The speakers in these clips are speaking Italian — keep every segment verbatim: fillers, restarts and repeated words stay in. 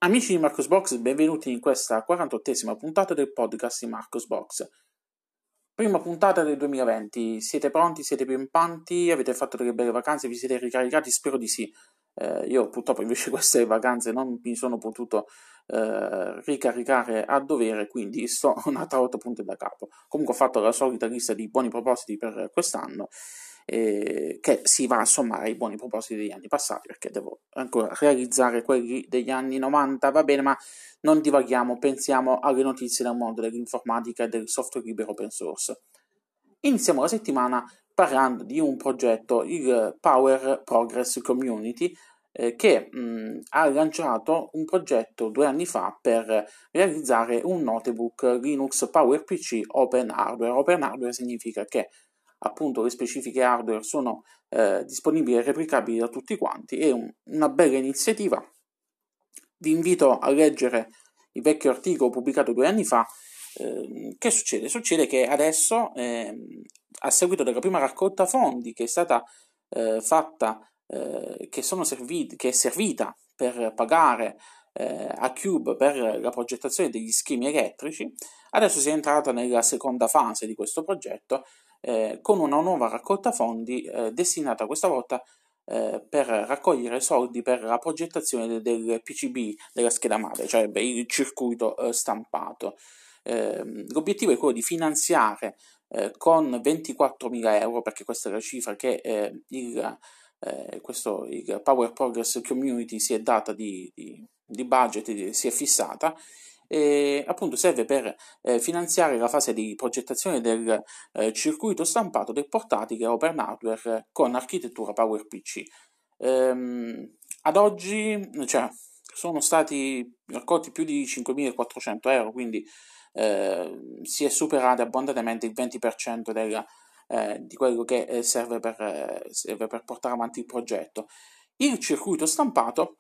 Amici di Marcosbox, benvenuti in questa quarantottesima puntata del podcast di Marcosbox. Prima puntata del duemilaventi, siete pronti? Siete pimpanti? Avete fatto delle belle vacanze? Vi siete ricaricati? Spero di sì. Eh, io purtroppo invece queste vacanze non mi sono potuto eh, ricaricare a dovere, quindi sto un'altra volta punto da capo. Comunque ho fatto la solita lista di buoni propositi per quest'anno, eh, che si va a sommare ai buoni propositi degli anni passati, perché devo ancora realizzare quelli degli anni novanta, va bene, ma non divaghiamo, pensiamo alle notizie del mondo dell'informatica e del software libero open source. Iniziamo la settimana parlando di un progetto, il Power Progress Community, eh, che mh, ha lanciato un progetto due anni fa per realizzare un notebook Linux PowerPC Open Hardware. Open Hardware significa che appunto le specifiche hardware sono eh, disponibili e replicabili da tutti quanti. È un, una bella iniziativa. Vi invito a leggere il vecchio articolo pubblicato due anni fa. Eh, che succede? Succede che adesso, eh, a seguito della prima raccolta fondi che è stata eh, fatta, eh, che, sono serviti, che è servita per pagare eh, a Cube per la progettazione degli schemi elettrici, adesso si è entrata nella seconda fase di questo progetto eh, con una nuova raccolta fondi eh, destinata questa volta eh, per raccogliere soldi per la progettazione del P C B, della scheda madre, cioè beh, il circuito eh, stampato. Eh, l'obiettivo è quello di finanziare eh, con ventiquattromila euro, perché questa è la cifra che eh, il, eh, questo, il Power Progress Community si è data di, di, di budget, di, si è fissata, e appunto serve per eh, finanziare la fase di progettazione del eh, circuito stampato del portatile Open Hardware con architettura PowerPC. Ehm, ad oggi, cioè, sono stati raccolti più di cinquemilaquattrocento euro, quindi eh, si è superato abbondantemente il venti per cento della, eh, di quello che eh, serve, per, eh, serve per portare avanti il progetto. Il circuito stampato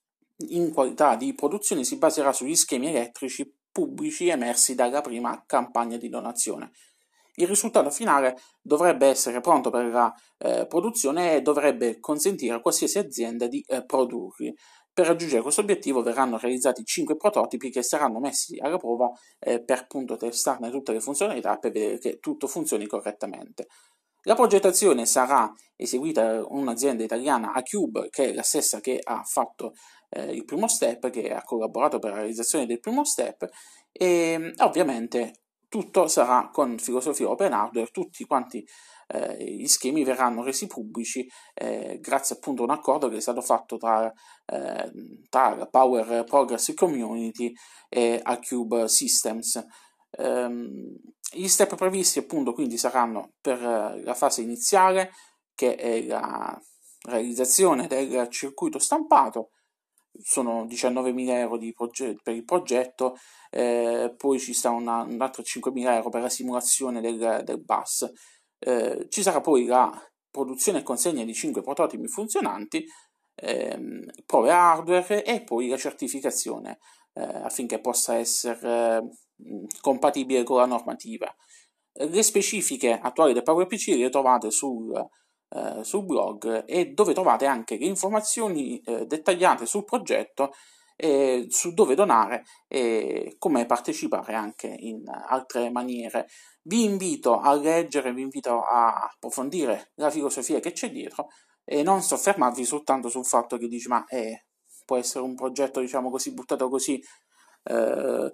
in qualità di produzione si baserà sugli schemi elettrici pubblici emersi dalla prima campagna di donazione. Il risultato finale dovrebbe essere pronto per la eh, produzione e dovrebbe consentire a qualsiasi azienda di eh, produrli. Per raggiungere questo obiettivo verranno realizzati cinque prototipi che saranno messi alla prova eh, per appunto testarne tutte le funzionalità e per vedere che tutto funzioni correttamente. La progettazione sarà eseguita da un'azienda italiana, Acube, che è la stessa che ha fatto eh, il primo step, che ha collaborato per la realizzazione del primo step, e ovviamente tutto sarà con filosofia open hardware, tutti quanti eh, gli schemi verranno resi pubblici eh, grazie appunto a un accordo che è stato fatto tra, eh, tra la Power Progress Community e Acube Systems. Um, gli step previsti appunto quindi saranno per la fase iniziale, che è la realizzazione del circuito stampato. Sono diciannovemila euro di proge- per il progetto, eh, poi ci sta una, un altro cinquemila euro per la simulazione del, del bus. Eh, ci sarà poi la produzione e consegna di cinque prototipi funzionanti, ehm, prove hardware e poi la certificazione eh, affinché possa essere eh, compatibile con la normativa. Le specifiche attuali del PowerPC le trovate sul Uh, sul blog, e dove trovate anche le informazioni uh, dettagliate sul progetto, e su dove donare e come partecipare anche in altre maniere. Vi invito a leggere, vi invito a approfondire la filosofia che c'è dietro e non soffermarvi soltanto sul fatto che dici ma eh, può essere un progetto diciamo così buttato così, eh,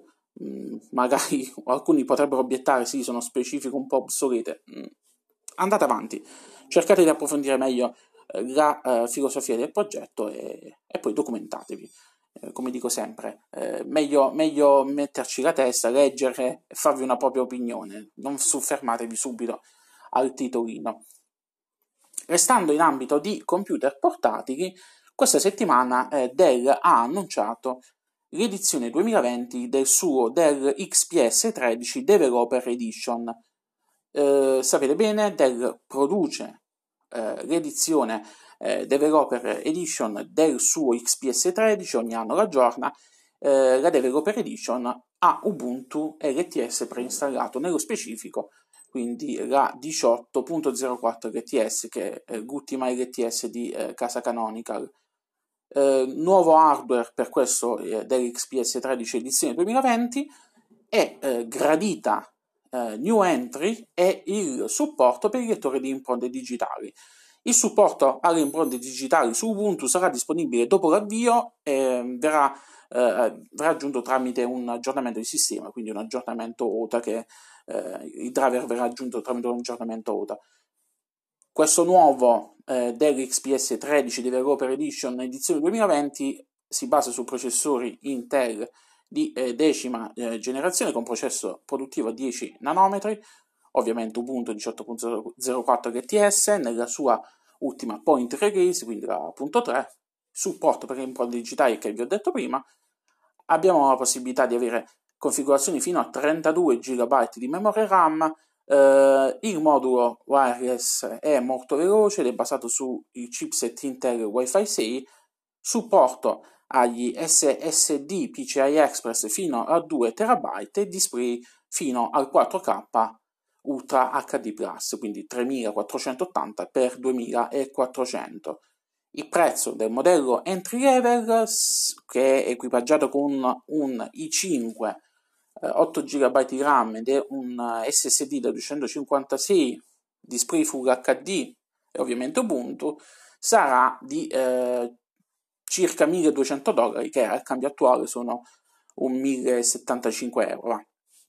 magari alcuni potrebbero obiettare sì, sono specifiche un po' obsolete. Andate avanti, cercate di approfondire meglio eh, la eh, filosofia del progetto e, e poi documentatevi. Eh, come dico sempre, eh, meglio, meglio metterci la testa, leggere e farvi una propria opinione, non soffermatevi subito al titolino. Restando in ambito di computer portatili, questa settimana eh, Dell ha annunciato l'edizione duemilaventi del suo Dell X P S tredici Developer Edition. Eh, sapete bene, Dell produce eh, l'edizione eh, Developer Edition del suo X P S tredici, ogni anno la aggiorna. Eh, la Developer Edition ha Ubuntu L T S preinstallato, nello specifico quindi la diciotto punto zero quattro L T S, che è l'ultima L T S di eh, casa Canonical. eh, nuovo hardware per questo eh, dell'X P S tredici edizione duemilaventi e eh, gradita eh, new entry è il supporto per i lettori di impronte digitali. Il supporto alle impronte digitali su Ubuntu sarà disponibile dopo l'avvio e verrà, eh, verrà aggiunto tramite un aggiornamento di sistema, quindi un aggiornamento O T A che eh, il driver verrà aggiunto tramite un aggiornamento O T A. Questo nuovo eh, Dell X P S tredici Developer Edition edizione duemilaventi si basa su processori Intel di eh, decima eh, generazione con processo produttivo a dieci nanometri, ovviamente Ubuntu diciotto punto zero quattro L T S nella sua ultima point release, quindi la punto tre, supporto per le impronte digitali che vi ho detto prima. Abbiamo la possibilità di avere configurazioni fino a trentadue giga byte di memoria RAM. Uh, il modulo wireless è molto veloce ed è basato sui chipset Intel Wi-Fi sei, supporto agli S S D P C I Express fino a due terabyte e display fino al quattro K Ultra H D plus, quindi tremilaquattrocentottanta per duemilaquattrocento. Il prezzo del modello entry level, che è equipaggiato con un i cinque otto giga byte di RAM ed è un S S D da duecentocinquantasei, display Full H D e ovviamente Ubuntu, sarà di eh, circa milleduecento dollari, che al cambio attuale sono un millesettantacinque euro.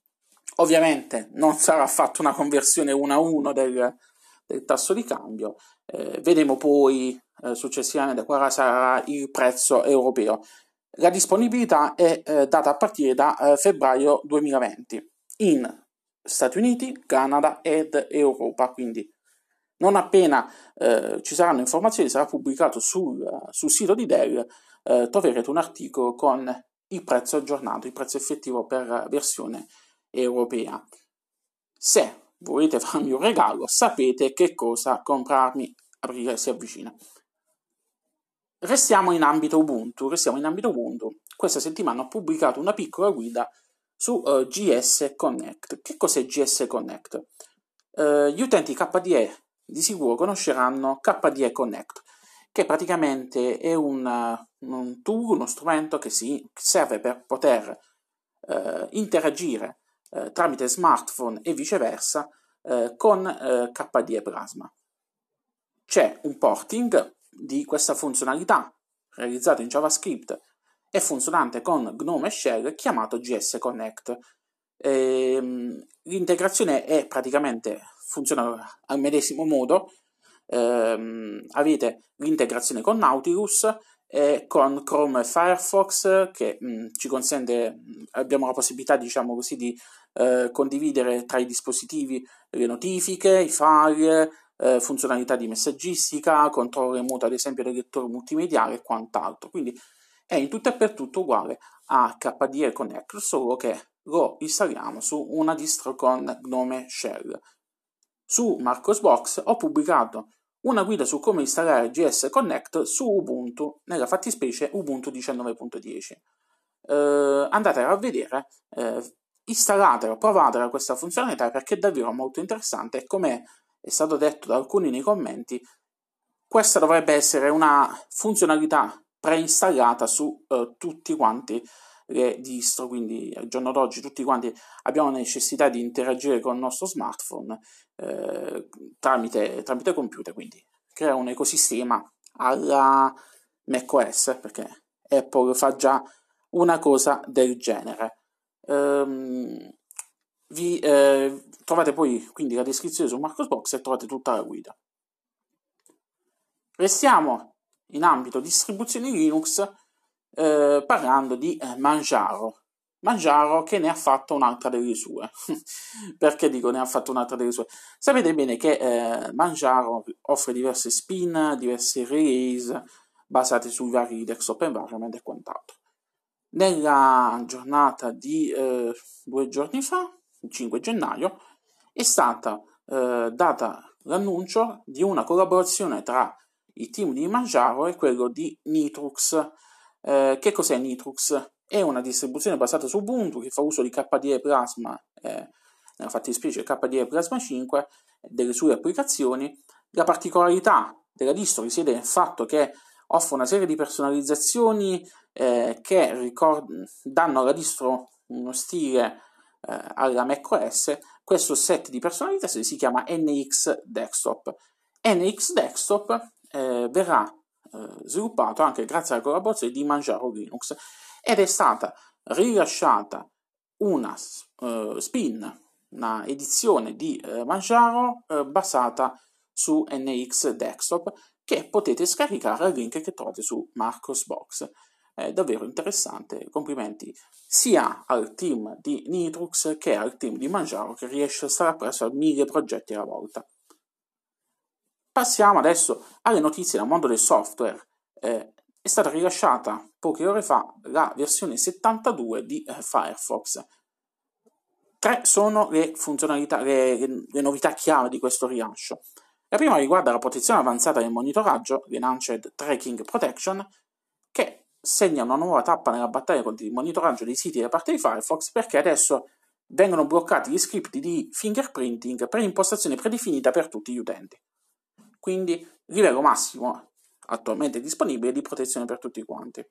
Ovviamente non sarà fatta una conversione uno a uno del, del tasso di cambio, eh, vedremo poi eh, successivamente quale sarà il prezzo europeo. La disponibilità è eh, data a partire da eh, febbraio duemilaventi in Stati Uniti, Canada ed Europa, quindi non appena eh, ci saranno informazioni sarà pubblicato sul, sul sito di Dell, eh, troverete un articolo con il prezzo aggiornato, il prezzo effettivo per la versione europea. Se volete farmi un regalo, sapete che cosa comprarmi, aprile si avvicina. Restiamo in ambito Ubuntu, restiamo in ambito Ubuntu. Questa settimana ho pubblicato una piccola guida su uh, G S Connect. Che cos'è G S Connect? Uh, gli utenti K D E di sicuro conosceranno K D E Connect, che praticamente è un, uh, un tool, uno strumento che si serve per poter uh, interagire uh, tramite smartphone e viceversa uh, con uh, K D E Plasma. C'è un porting di questa funzionalità realizzato in JavaScript e funzionante con Gnome Shell chiamato G S Connect. Ehm, l'integrazione è praticamente funziona al medesimo modo. Ehm, avete l'integrazione con Nautilus e con Chrome e Firefox che mh, ci consente, abbiamo la possibilità, diciamo così, di eh, condividere tra i dispositivi le notifiche, i file, Eh, funzionalità di messaggistica, controllo remoto ad esempio del lettore multimediale e quant'altro. Quindi è in tutto e per tutto uguale a K D E Connect, solo che lo installiamo su una distro con Gnome Shell. Su Marcosbox ho pubblicato una guida su come installare G S Connect su Ubuntu, nella fattispecie Ubuntu diciannove punto dieci. Eh, andatela a vedere, eh, installatela, provatela questa funzionalità perché è davvero molto interessante e come è stato detto da alcuni nei commenti, questa dovrebbe essere una funzionalità preinstallata su eh, tutti quanti le distro, quindi al giorno d'oggi tutti quanti abbiamo necessità di interagire con il nostro smartphone eh, tramite, tramite computer, quindi crea un ecosistema alla macOS, perché Apple fa già una cosa del genere. Ehm, Vi eh, trovate poi quindi la descrizione su Marcosbox e trovate tutta la guida. Restiamo in ambito distribuzioni Linux eh, parlando di eh, Manjaro. Manjaro che ne ha fatto un'altra delle sue. Perché dico ne ha fatto un'altra delle sue? Sapete bene che eh, Manjaro offre diverse spin, diverse release basate sui vari desktop environment e quant'altro. Nella giornata di eh, due giorni fa, il cinque gennaio, è stata eh, data l'annuncio di una collaborazione tra il team di Manjaro e quello di Nitrux. Eh, che cos'è Nitrux? È una distribuzione basata su Ubuntu che fa uso di K D E Plasma, eh, nella fattispecie K D E Plasma cinque, delle sue applicazioni. La particolarità della distro risiede nel fatto che offre una serie di personalizzazioni eh, che ricord- danno alla distro uno stile eh, alla macOS. Questo set di personalizzazioni si chiama N X Desktop. N X Desktop eh, verrà eh, sviluppato anche grazie alla collaborazione di Manjaro Linux ed è stata rilasciata una uh, spin, una edizione di uh, Manjaro uh, basata su N X Desktop che potete scaricare al link che trovate su Marcosbox. È davvero interessante, complimenti sia al team di Nitrux che al team di Manjaro che riesce a stare appresso a mille progetti alla volta. Passiamo adesso alle notizie dal mondo del software. Eh, è stata rilasciata poche ore fa la versione settantadue di eh, Firefox. Tre sono le funzionalità, le, le novità chiave di questo rilascio. La prima riguarda la protezione avanzata del monitoraggio, l'Enhanced Tracking Protection, che segna una nuova tappa nella battaglia contro il monitoraggio dei siti da parte di Firefox, perché adesso vengono bloccati gli script di fingerprinting per impostazione predefinita per tutti gli utenti. Quindi livello massimo attualmente disponibile di protezione per tutti quanti.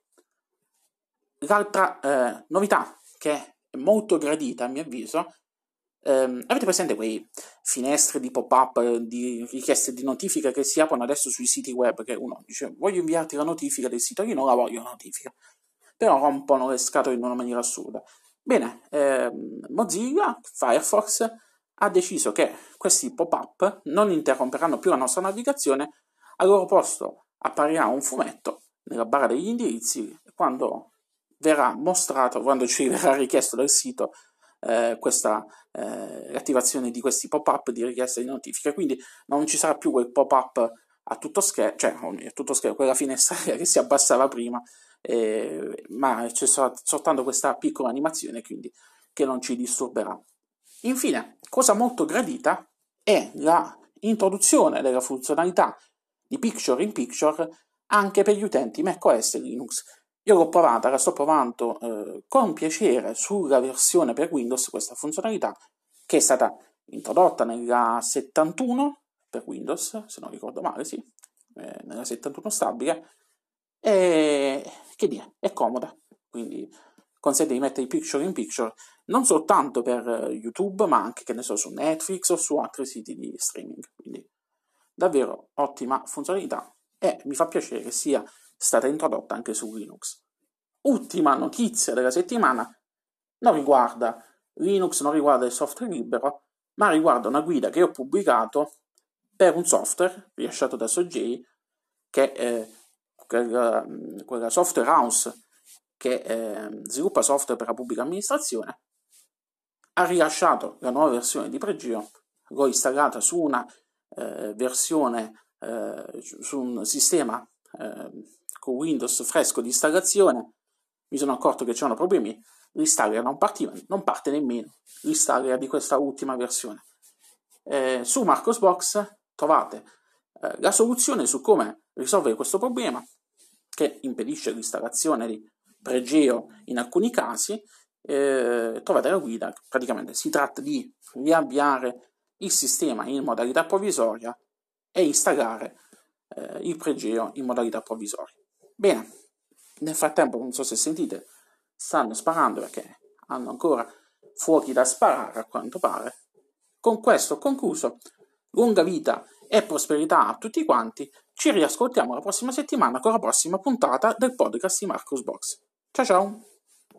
L'altra eh, novità che è molto gradita a mio avviso, ehm, avete presente quei finestre di pop-up di richieste di notifica che si aprono adesso sui siti web, che uno dice voglio inviarti la notifica del sito, io non la voglio la notifica, però rompono le scatole in una maniera assurda. Bene, ehm, Mozilla Firefox ha deciso che questi pop-up non interromperanno più la nostra navigazione, al loro posto apparirà un fumetto nella barra degli indirizzi quando verrà mostrato, quando ci verrà richiesto dal sito eh, questa eh, l'attivazione di questi pop-up di richiesta di notifica. Quindi non ci sarà più quel pop-up a tutto schermo, cioè a tutto schermo, quella finestra che si abbassava prima, eh, ma c'è soltanto questa piccola animazione, quindi che non ci disturberà. Infine, cosa molto gradita è la introduzione della funzionalità di Picture in Picture anche per gli utenti macOS e Linux. Io l'ho provata, la sto provando eh, con piacere sulla versione per Windows, questa funzionalità che è stata introdotta nella settantuno per Windows, se non ricordo male, sì, eh, nella settantuno stabile, e che dire, è comoda, quindi consente di mettere i picture in picture non soltanto per YouTube, ma anche, che ne so, su Netflix o su altri siti di streaming. Quindi davvero ottima funzionalità e mi fa piacere che sia stata introdotta anche su Linux. Ultima notizia della settimana non riguarda Linux, non riguarda il software libero, ma riguarda una guida che ho pubblicato per un software rilasciato da Sogei, che è quella, quella software house che eh, sviluppa software per la pubblica amministrazione. Ha rilasciato la nuova versione di Pregio, l'ho installata su una eh, versione, eh, su un sistema eh, con Windows fresco di installazione. Mi sono accorto che c'erano problemi, l'installer non partiva, non parte nemmeno l'installer di questa ultima versione. Eh, su Marcosbox trovate eh, la soluzione su come risolvere questo problema, che impedisce l'installazione di Pregeo in alcuni casi. Eh, trovate la guida. Praticamente si tratta di riavviare il sistema in modalità provvisoria e installare eh, il Pregeo in modalità provvisoria. Bene, nel frattempo, non so se sentite, stanno sparando perché hanno ancora fuochi da sparare a quanto pare. Con questo ho concluso. Lunga vita e prosperità a tutti quanti. Ci riascoltiamo la prossima settimana con la prossima puntata del podcast di Marcosbox. Ciao ciao!